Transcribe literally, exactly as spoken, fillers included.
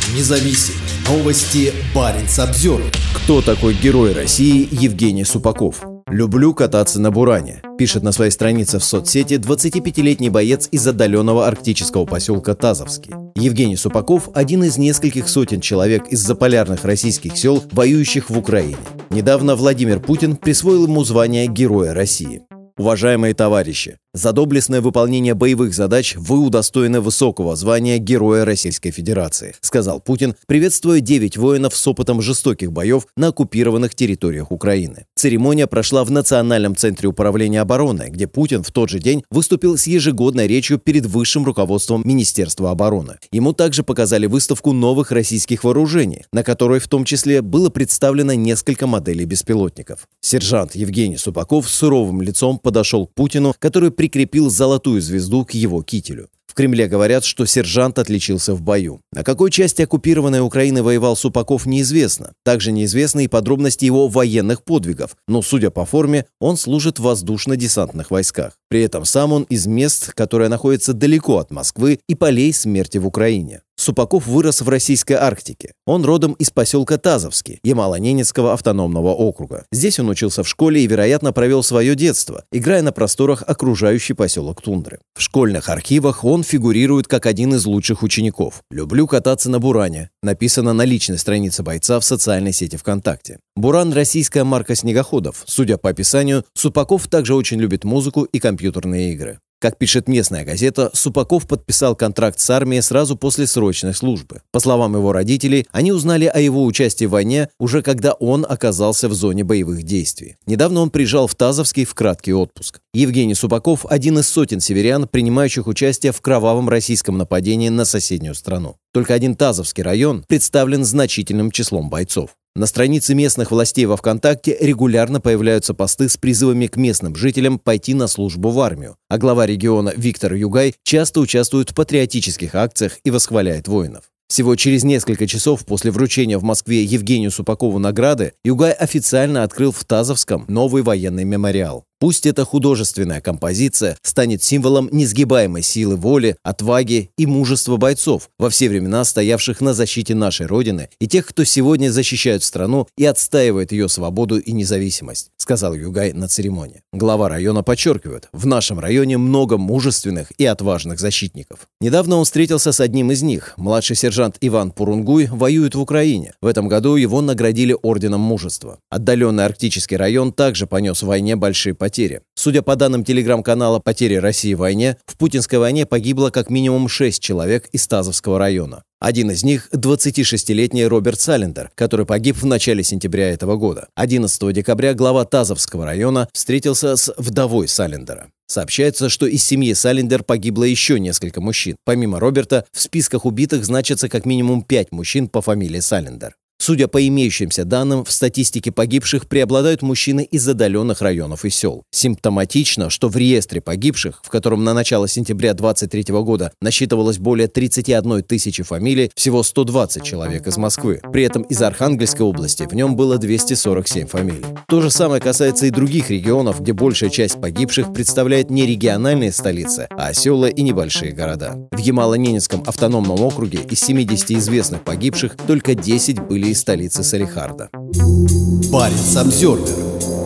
независим. Новости Баренц-Обзервер. Кто такой герой России Евгений Супаков? «Люблю кататься на буране», пишет на своей странице в соцсети двадцатипятилетний боец из отдаленного арктического поселка Тазовский. Евгений Супаков – один из нескольких сотен человек из заполярных российских сел, воюющих в Украине. Недавно Владимир Путин присвоил ему звание Героя России. Уважаемые товарищи, за доблестное выполнение боевых задач вы удостоены высокого звания Героя Российской Федерации, сказал Путин, приветствуя девять воинов с опытом жестоких боев на оккупированных территориях Украины. Церемония прошла в Национальном центре управления обороны, где Путин в тот же день выступил с ежегодной речью перед высшим руководством Министерства обороны. Ему также показали выставку новых российских вооружений, на которой в том числе было представлено несколько моделей беспилотников. Сержант Евгений Супаков с суровым лицом подошел к Путину, который прикрепил золотую звезду к его кителю. В Кремле говорят, что сержант отличился в бою. На какой части оккупированной Украины воевал Супаков, неизвестно. Также неизвестны и подробности его военных подвигов, но, судя по форме, он служит в воздушно-десантных войсках. При этом сам он из мест, которые находятся далеко от Москвы и полей смерти в Украине. Супаков вырос в российской Арктике. Он родом из поселка Тазовский, Ямало-Ненецкого автономного округа. Здесь он учился в школе и, вероятно, провел свое детство, играя на просторах окружающий поселок Тундры. В школьных архивах он фигурирует как один из лучших учеников. «Люблю кататься на буране», написано на личной странице бойца в социальной сети ВКонтакте. Буран – российская марка снегоходов. Судя по описанию, Супаков также очень любит музыку и компьютерные игры. Как пишет местная газета, Супаков подписал контракт с армией сразу после срочной службы. По словам его родителей, они узнали о его участии в войне уже когда он оказался в зоне боевых действий. Недавно он приезжал в Тазовский в краткий отпуск. Евгений Супаков – один из сотен северян, принимающих участие в кровавом российском нападении на соседнюю страну. Только один Тазовский район представлен значительным числом бойцов. На странице местных властей во ВКонтакте регулярно появляются посты с призывами к местным жителям пойти на службу в армию, а глава региона Виктор Югай часто участвует в патриотических акциях и восхваляет воинов. Всего через несколько часов после вручения в Москве Евгению Супакову награды Югай официально открыл в Тазовском новый военный мемориал. Пусть эта художественная композиция станет символом несгибаемой силы воли, отваги и мужества бойцов, во все времена стоявших на защите нашей Родины и тех, кто сегодня защищает страну и отстаивает ее свободу и независимость, сказал Югай на церемонии. Глава района подчеркивает, в нашем районе много мужественных и отважных защитников. Недавно он встретился с одним из них. Младший сержант Иван Пурунгуй воюет в Украине. В этом году его наградили орденом мужества. Отдаленный арктический район также понес в войне большие потери. Потери. Судя по данным телеграм-канала «Потери России в войне», в Путинской войне погибло как минимум шесть человек из Тазовского района. Один из них – двадцатишестилетний Роберт Салендер, который погиб в начале сентября этого года. одиннадцатого декабря глава Тазовского района встретился с вдовой Салендера. Сообщается, что из семьи Салендер погибло еще несколько мужчин. Помимо Роберта, в списках убитых значится как минимум пять мужчин по фамилии Салендер. Судя по имеющимся данным, в статистике погибших преобладают мужчины из отдаленных районов и сел. Симптоматично, что в реестре погибших, в котором на начало сентября двадцать третьего года насчитывалось более тридцати одной тысячи фамилий, всего сто двадцать человек из Москвы. При этом из Архангельской области в нем было двести сорок семь фамилий. То же самое касается и других регионов, где большая часть погибших представляет не региональные столицы, а села и небольшие города. В Ямало-Ненецком автономном округе из семидесяти известных погибших только десять были из столицы Салехарда. Баренц-Обзервер.